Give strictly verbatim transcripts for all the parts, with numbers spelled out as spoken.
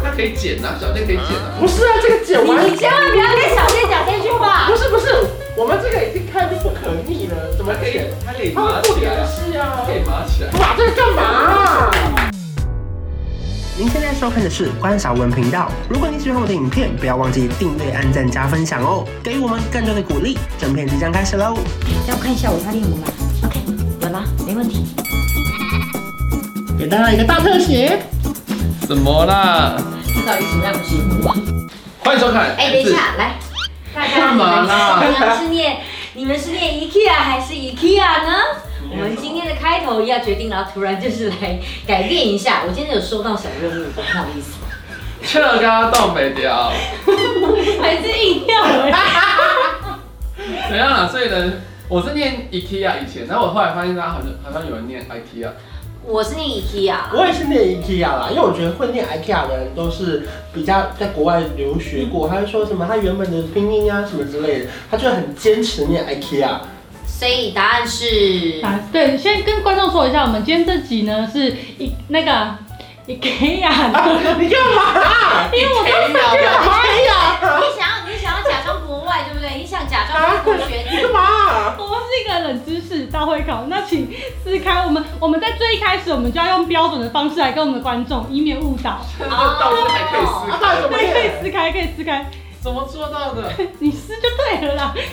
它可以剪啊，小件可以剪啊。 不是啊，这个剪完你千万不要跟小健讲这句话。 不是不是，我们这个已经看就不可逆了，怎么可以？ 它可以它麻起来会不联，系啊， 可以麻起来。 哇，这个干嘛？您现在收看的是关少文频道。如果你喜欢我的影片，不要忘记订阅、按赞、加分享哦，给予我们更多的鼓励。整片即将开始喽！ 让我看一下我发电有吗 ？OK， 有啦，没问题。 给大家一个大特写。 怎么啦？ 这到底什么样的题目啊？ 欢迎收看。 哎，等一下，来，大家干嘛啦？ 你们是念你们是念 IKEA 还是 IKEA 呢？我们今天的开头要决定了，突然就是来改变一下。我今天有收到小任务，不好意思。 这个冻北调。 还是硬要哎。 怎样啊？所以呢，我是念 IKEA 以前，然后我后来发现大家好像好像有人念 IKEA。 我是念 IKEA， 我也是念 IKEA 啦，因为我觉得会念 IKEA 的人都是比较在国外留学过，他会说什么他原本的拼音啊什么之类的，他就很坚持念 IKEA。 所以答案是啊，对，先跟观众说一下，我们今天这集呢是一那个 IKEA 的， 啊、你干嘛？ 因为我你干嘛呀？ 你想要你想要假装国外对不对？你想假装中国学你干嘛？ 我们是一个冷知识大会考，那请撕开我们我们在最一开始我们就要用标准的方式来跟我们的观众，以免误导。 这倒是还可以撕开， 对，可以撕开，可以撕开， 怎么做到的？ 你撕就对了啦。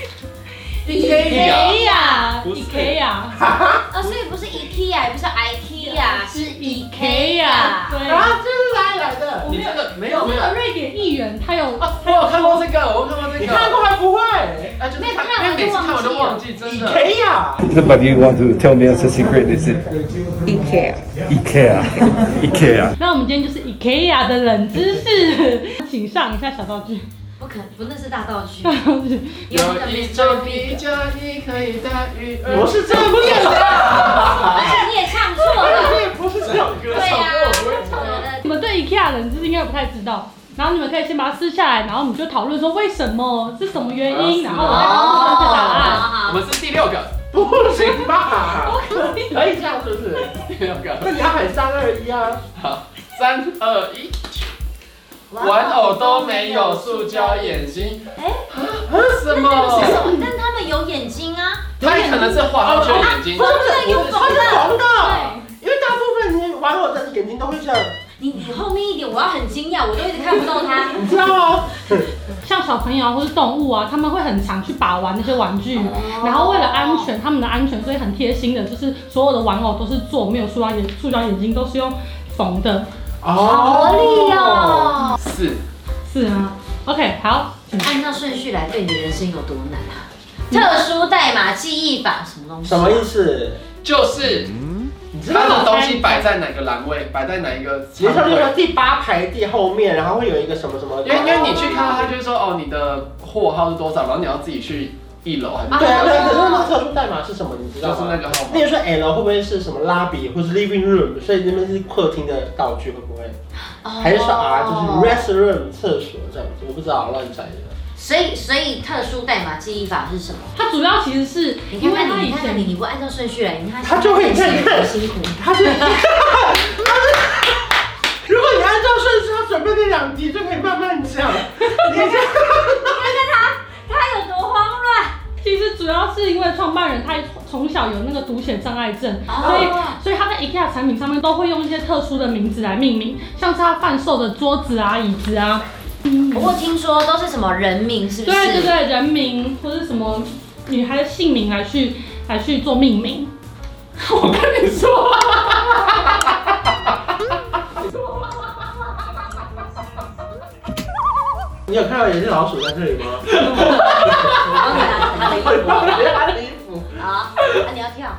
IKEA，不是 IKEA， 哦，所以不是 IKEA，也不是 IKEA， 是 IKEA。 对啊，这是哪里来的？ 你这个没有没有。 那个瑞典议员他有， 我有看过这个，我有看过这个。 你看过还不会？ 哎，就是看，因为每次看我都忘记，真的。 IKEA。 But you want to tell me as a secret? Is it IKEA。 IKEA? IKEA. 那我们今天就是 IKEA 的冷知识，请上一下小道具。 不可，不那是大道具。 有一种一加一可以大于二。 不是这样念的， 而且你也唱错了。 你也不是这首歌， 对呀、 我不会唱。 你们对 IKEA 冷知识应该不太知道，然后你们可以先把它撕下来，然后我们就讨论说为什么是什么原因，然后我再告诉正确答案。 我们是第六个， 不行吧？可以这样是不是？ 第六个。 那你要喊三二一啊！ 好，三二一。玩偶都没有塑胶眼睛。 哎， 什么？ 是什么？但他们有眼睛啊。 它可能是画上去的眼睛。 不是不是有它是红的。 对。 因为大部分你玩偶的眼睛都会这样。 你你后面一点，我要很惊讶，我都一直看不到它。 你知道吗？ 像小朋友啊，或是动物啊，他们会很常去把玩那些玩具，然后为了安全，他们的安全，所以很贴心的，就是所有的玩偶都是做没有塑胶眼塑胶眼睛，都是用缝的。 好合理哦。 是。 是吗 ？OK， 好， 按照顺序来，对你的人生有多难啊？特殊代码记忆法什么东西？ 什么意思？ 就是它的东西摆在哪个栏位，摆在哪一个你说那个第八排第后面，然后会有一个什么什么？ 因为因为你去看到它，就是说哦，你的货号是多少，然后你要自己去一楼还是？ 对啊对啊，可是那个特殊代码是什么？你知道吗？ 就是那个号码。 例如说 L 会不会是什么 lobby 或是 living room？所以那边是客厅的道具，会不会？还是说 R 就是 restroom 厕所这样子？我不知道，乱猜的。 所以所以特殊代码记忆法是什么？ 它主要其实是你因为看看你， 它以前你看看你，你不按照顺序来，你看他就会看很辛苦。 他是，他是，如果你按照顺序，他准备那两题就可以慢慢讲。你这， 你看看他，他有多慌乱。 其实主要是因为创办人他从小有那个读写障碍症， 哦、 所以所以他在 IKEA 产品上面都会用一些特殊的名字来命名，像是他贩售的桌子啊、椅子啊。 嗯、不过听说都是什么人名，是不是？ 对对对，人名或者什么女孩的姓名来去来去做命名。 我跟你说。 你有看到有只老鼠在这里吗？ 我帮你拿他的衣服。 他的衣服。 好，那你要跳。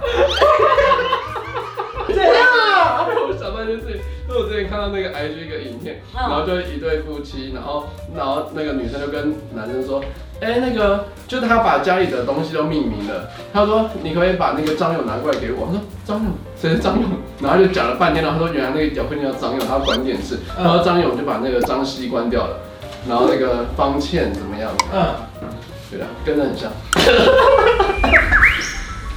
怎样啊？ 我想到一件事情，因为我之前看到那个 I G 一个影片，然后就一对夫妻，然后然后那个女生就跟男生说，哎、欸，那个就是他把家里的东西都命名了，他说你可不可以把那个张勇拿过来给我？我说张勇，谁是张勇？然后就讲了半天，然后他说原来那个小朋友叫张勇，他要关电视，然后张勇就把那个张希关掉了。然后那个方倩怎么样？嗯，对啊，跟得很像。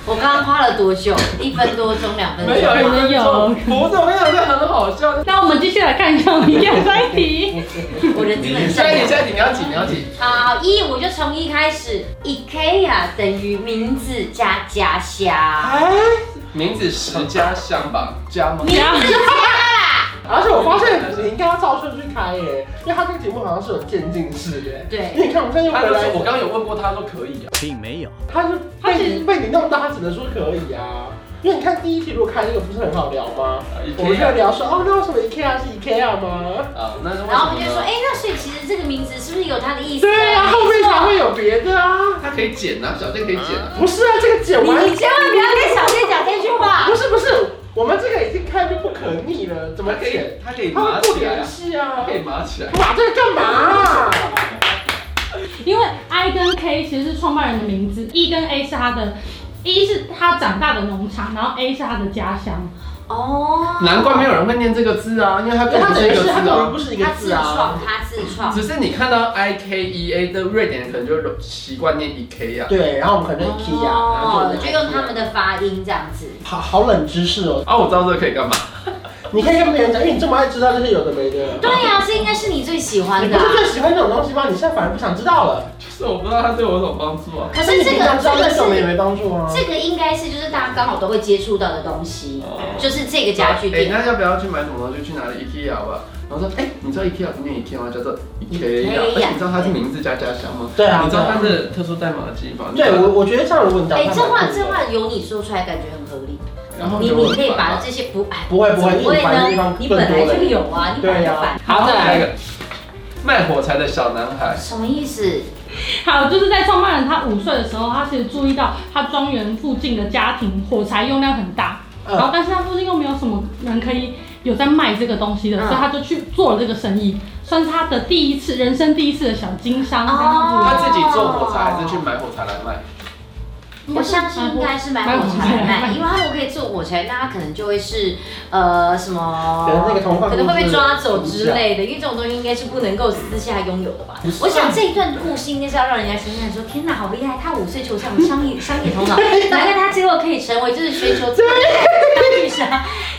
我刚刚花了多久？一分多钟，两分钟？ 没有， 没有不是，我跟你讲，这很好笑。 那我们继续来看一下我们下一题。 我人真的很下一题，下一题，你要几？你要几？ 好，一我就从一开始 ，IKEA 等于名字加家乡。 哎， 名字十家乡吧，家吗？ 名字加啦。 而且我发现你应该要照顺序开耶，因为他这个题目好像是有渐进式的。 对， 因为你看我们现在又他回来， 就说我刚刚有问过，他说可以啊。 并没有。 他就被你被你弄到，他只能说可以啊。因为你看第一题如果开这个不是很好聊吗？我们就聊说哦，那为什么 IKEA 是 IKEA 吗？ 啊，那是为什么呢？ 然后我们就说，哎，那所以其实这个名字是不是有它的意思？ 对啊，后面才会有别的啊。 他可以剪啊，小健可以剪啊。 不是啊，这个剪完你千万不要跟小健讲这句话。 不是不是，我们这个已经看就不可逆了，怎么可以剪？， 他可以他会不码起来啊， 联系啊他可。以码起来。 哇，这个干嘛？ 因为 I 跟 K 其实是创办人的名字 ，E 跟 A 是他的 ，E 是他长大的农场，然后 A 是他的家乡。 哦， 难怪没有人会念这个字啊，因为它因为它根本不是一个等于是它等于字啊。 不是一个他自字啊创，。他自创。 只是你看到 I K E A 的瑞典人可能就习惯念 E K 啊。 对，然后我们可能 IKEA，然后哦， 就就用他们的发音这样子。 好好冷知识哦。 啊，我知道这个可以干嘛？ 你可以跟别人讲，因为你这么爱知道这些有的没的。 对呀，这应该是你最喜欢的啊。 你不是最喜欢这种东西吗？你现在反而不想知道了。 就是我不知道它对我有什么帮助啊。 可是这个你平常知道这个这种也是没帮助啊。 这个应该是就是大家刚好都会接触到的东西，就是这个家具哎， 店。 那要不要去买什么东西？去哪里 IKEA 好吧？然后说，哎，你知道 IKEA 念 IKEA 吗？叫做 IKEA。而且你知道它是名字加家乡吗？ 对啊你知道它是特殊代码的记法？ 对我，我觉得这样如果你讲， 哎，这话这话由你说出来，感觉很合理。 然后你你可以把这些不哎不会不会，因为你怎么会烦的地方呢？你更本来多了。 就有啊，你本来对呀就烦。。 好，再来。 那个卖火柴的小男孩。 什么意思？ 好，就是在创办人他五岁的时候，他其实注意到他庄园附近的家庭火柴用量很大， 嗯然后但是他附近又没有什么人可以有在卖这个东西的， 嗯所以他就去做了这个生意，算是他的第一次人生第一次的小经商这样哦他自己做火柴还是去买火柴来卖？ 我相信应该是买火柴来卖，因为他如果可以做火柴，那他可能就会是呃什么， 可能那个童话可能会被抓走之类的，因为这种东西应该是不能够私下拥有的吧。我想这一段故事应该是要让人家想想说，天哪，好厉害！他五岁就有这样的商业商业头脑，难怪他最后可以成为就是全球最厉害的商具商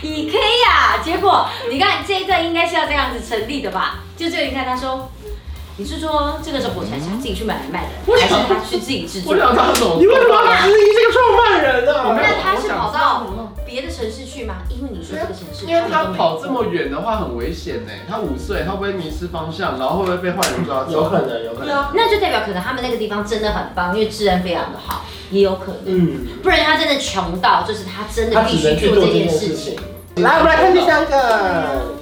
IKEA。结果你看这一段应该是要这样子成立的吧？就这个你看他说。你是说这个是火柴是他自己去买来卖的，还是他去自己制作？ 我想他怎么？ 你为什么要质疑这个创办人啊？ 那他是跑到别的城市去吗？因为你说这个城市， 因为他跑这么远的话很危险呢。他五岁，他会不会迷失方向？然后会不会被坏人抓走？ 有可能，有可能。 那就代表可能他们那个地方真的很棒，因为治安非常的好，也有可能。 嗯， 不然他真的穷到，就是他真的他必只能去做须做这件这件事事情情。。来，我们来看第三个。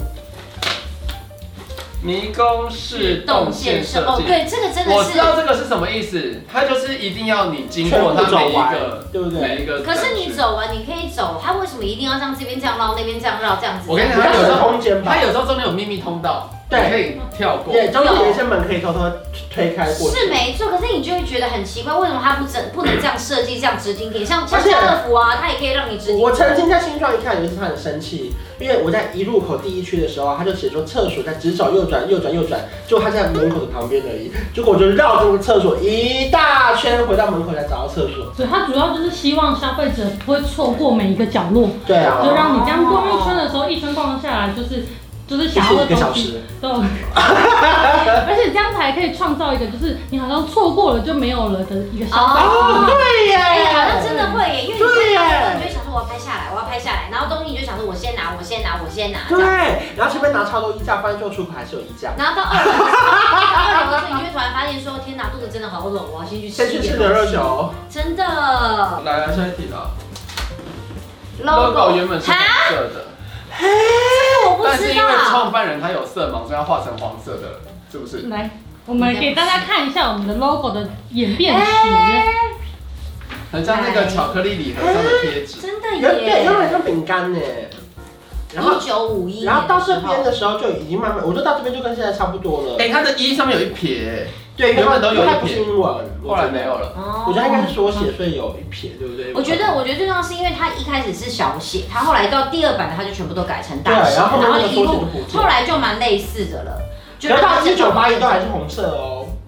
迷宫式动线设哦， 计。 对，这个真的我是知道这个是什么意思，它就是一定要你经过它每一个， 对不对？ 每一个。 可是你走完，你可以走，他为什么一定要像这边这样绕，那边这样绕，这样子？ 我跟你讲， 比较省它有时候空间吧。 它有时候中间有秘密通道，你对可以跳过。 对，中间有一些门可以偷偷推开过去。 是没错，可是你就会觉得很奇怪，为什么他不整不能这样设计，这样直挺挺？像像而且家乐福啊，它也可以让你直挺挺。 我曾经在新创一看，有一次他很生气，因为我在一入口第一区的时候，他就写说厕所在直走右转右转右转，就他在门口的旁边而已。结果我就绕这个厕所一大圈，回到门口才找到厕所。 所以它主要就是希望消费者不会错过每一个角落， 对啊， 就让你这样逛一圈的时候，一圈逛下来就是就是想要的一个小东西时。 都，而且这样才可以创造一个就是你好像错过了就没有了的一个消费哦， 体验。 对耶， 哎，好像真的会耶，因为你对耶看到你就会想说我要拍下来，我要拍下来，然后东西你就想说我先拿，我先拿，我先拿，这样。 对，然后前面拿超多衣架，发现最后出口还是有衣架。 然后到二楼的时候，二楼的时候你就会突然发现说，天哪，肚子真的好冷，我要先去吃先去一点吃牛肉东西。 球。 真的来来，下一题了。 ，logo 原本是红色的， 这个我不知但是因为道。 创办人他有色盲，所以要画成黄色的，是不是？ 来，我们给大家看一下我们的 logo 的演变史。 很像那个巧克力礼盒上的贴纸。 真的有对， 耶！ 有点像饼干呢。然后一九五一， 然后到这边的时候就已经慢慢，我觉得到这边就跟现在差不多了。 哎，它的一上面有一撇， 对， 原本都有一它不撇是英文， 后来没有了。 哦我觉得它应该是缩写，所以有一撇，对不对？ 我觉得，我觉得最重要是因为它一开始是小写，它后来到第二版的它就全部都改成大写， 对然后后面然后一那个缩写就路不见后来就蛮类似的了。就可是到一九八一都还是是红色哦。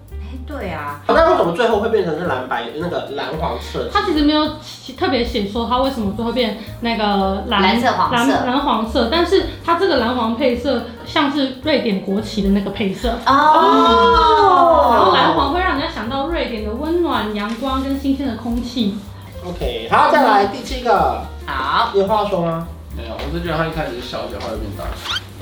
对啊。 那为什么最后会变成是蓝白那个蓝黄色？ 它其实没有特别写说它为什么最后变那个蓝蓝色黄色蓝蓝黄色，但是它这个蓝黄配色像是瑞典国旗的那个配色哦。 然后蓝黄会让人家想到瑞典的温暖、阳光跟新鲜的空气。 OK， 好，再来第七个。 好， 有话说吗？ 没有，我是觉得他一开始是小脚，后来变大。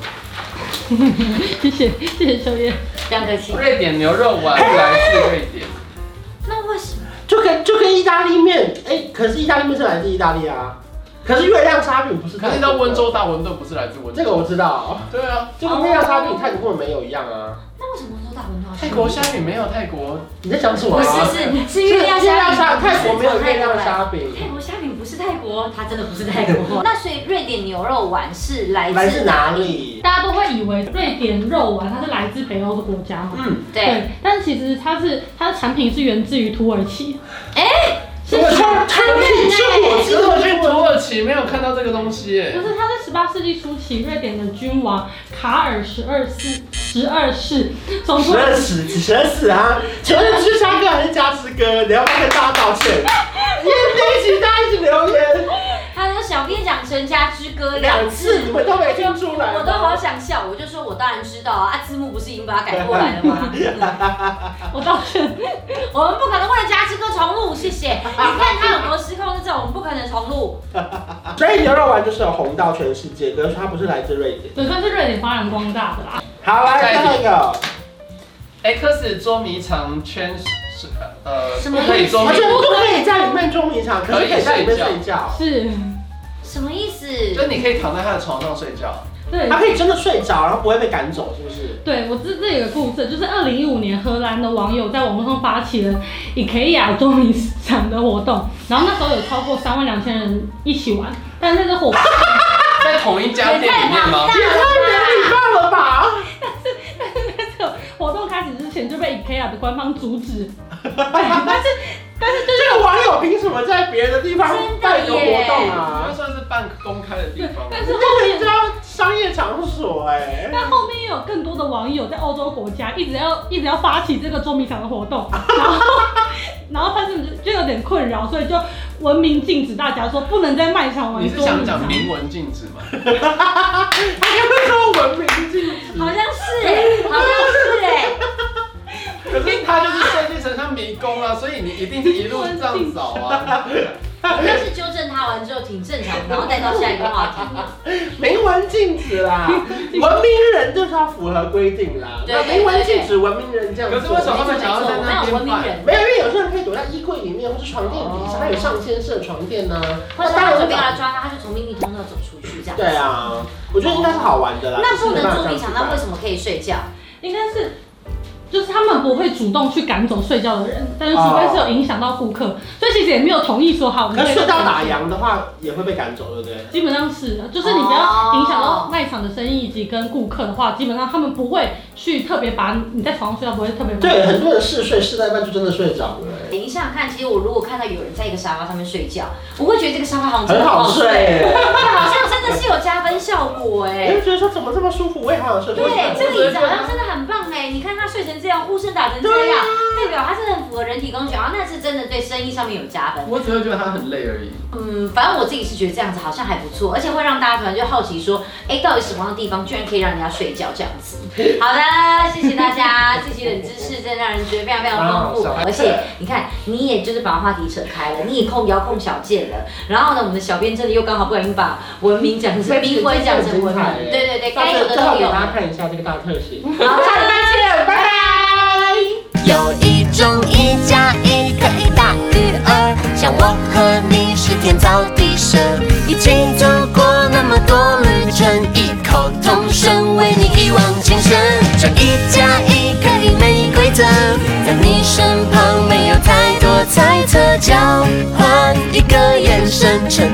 谢谢谢谢秋叶， 不要客气。 瑞典牛肉丸来自瑞典， 那为什么？ 就跟就跟意大利面，哎、欸，可是意大利面是来自意大利啊，可是月亮沙饼不是。 可是你知道温州大馄饨不是来自温州？ 这个我知道。 对啊， 就跟月亮沙饼泰国根本没有一样啊。 那为什么温州大馄饨？ 泰国虾饼没有泰国。 你在讲什么、 不啊？ 是是是月亮虾饼， 泰国没有月亮虾饼。 泰国虾饼不是泰国，它真的不是泰国。那所以瑞典牛肉丸是来自来自哪里？ 大家都会以为瑞典肉丸它是来自北欧的国家嘛， 嗯， 对。 对，但其实它是它的产品是源自于土耳其。 哎、欸。 是产品是我知道， 我去土耳其没有看到这个东西耶。 就是它在十八世纪初期，瑞典的君王卡尔十二世十二世从十二世十二世啊，请问是沙哥还是加之哥？你要不要跟大家道歉？因为这一集大家一直留言， 他说小编讲成家之歌两次，你们都没听出来， 我都好想笑，我就说我当然知道啊，啊字幕不是已经把它改过来了吗？ 我道歉， 我们不可能为了家之歌重录，谢谢。你看他有多失控，就知道我们不可能重录。 所以牛肉丸就是有红到全世界，可是它不是来自瑞典， 对，算是瑞典发扬光大的啦。 好，来下一个 ，X 捉迷藏圈是呃， 什么不可以捉迷而且不可以在里面捉迷藏，可是可以在里面睡觉。 是， 什么意思？ 就你可以躺在他的床上睡觉。 对， 他可以真的睡着，然后不会被赶走，是不是？ 对，我这这有个故事，就是二零一五年荷兰的网友在网络上发起了 IKEA 捉迷藏的活动，然后那时候有超过三万两千人一起玩，但是这个活在同一家店里面吗？ 也太没礼貌了吧！ 但是但是在这个活动开始之前就被 IKEA 的官方阻止，对，但是但是就是这个网友凭什么在别的地方办一个活动啊？ 那算是半公开的地方。 但是后面这个叫商业场所哎。 但后面也有更多的网友在欧洲国家一直要一直要发起这个捉迷藏的活动，然后然后他就就有点困扰，所以就文明禁止大家说不能在卖场玩捉迷藏。 你是想讲明文禁止吗？ 他刚刚说文明禁止， 好像是哎、欸，好像是哎、欸。 可是它就是设计成像迷宫啊，所以你一定是一路这样走啊。 我但是纠正他完之后挺正常的，然后带到下一个话题。 明文禁止啦，文明人就是要符合规定啦。 对那明文禁止文明人这样做。 可是为什么他们想要在那边办？ 人？ 没有，因为有些人可以躲在衣柜里面，或是床垫底下，还有上千式的床垫呢。 或者他准备要来抓他，他就从秘密通道走出去这样。 对啊，我觉得应该是好玩的啦。 那不能捉迷藏，那为什么可以睡觉？ 应该是。就是他们不会主动去赶走睡觉的人，但是除非是有影响到顾客，所以其实也没有同意说好。 可是睡到打烊的话，也会被赶走，对不对？ 基本上是的，就是你不要影响到卖场的生意以及跟顾客的话，基本上他们不会去特别把你在床上睡觉，不会特别。 对，很多人试睡试到一半就真的睡着了。 你想想看，其实我如果看到有人在一个沙发上面睡觉，我会觉得这个沙发好像很好睡， 好像真的是有加分效果哎。 你会觉得说怎么这么舒服，我也好想睡。 对，这个椅子好像真的很棒哎，你看他睡成这样，呼声打成这样，代表他是很符合人体工学啊，那是真的对生意上面有加分。 我只会觉得他很累而已。 嗯，反正我自己是觉得这样子好像还不错，而且会让大家可能就好奇说，哎，到底什么样的地方居然可以让人家睡觉这样子？好的，谢谢大家，这期冷知识真的让人觉得非常非常丰富，而且你看，你也就是把话题扯开了，你也控遥控小键了，然后呢，我们的小编这里又刚好不小心把文明讲成明文讲成文明，对对对，该有的都有。 给大家看一下这个大特写。 好，下礼拜见，拜拜。 有一种一加一可以大于二，像我和你是天造地设，一起走过那么多旅程，异口同声为你一往情深。这一加一可以没规则，在你身旁没有太多猜测，交换一个眼神，成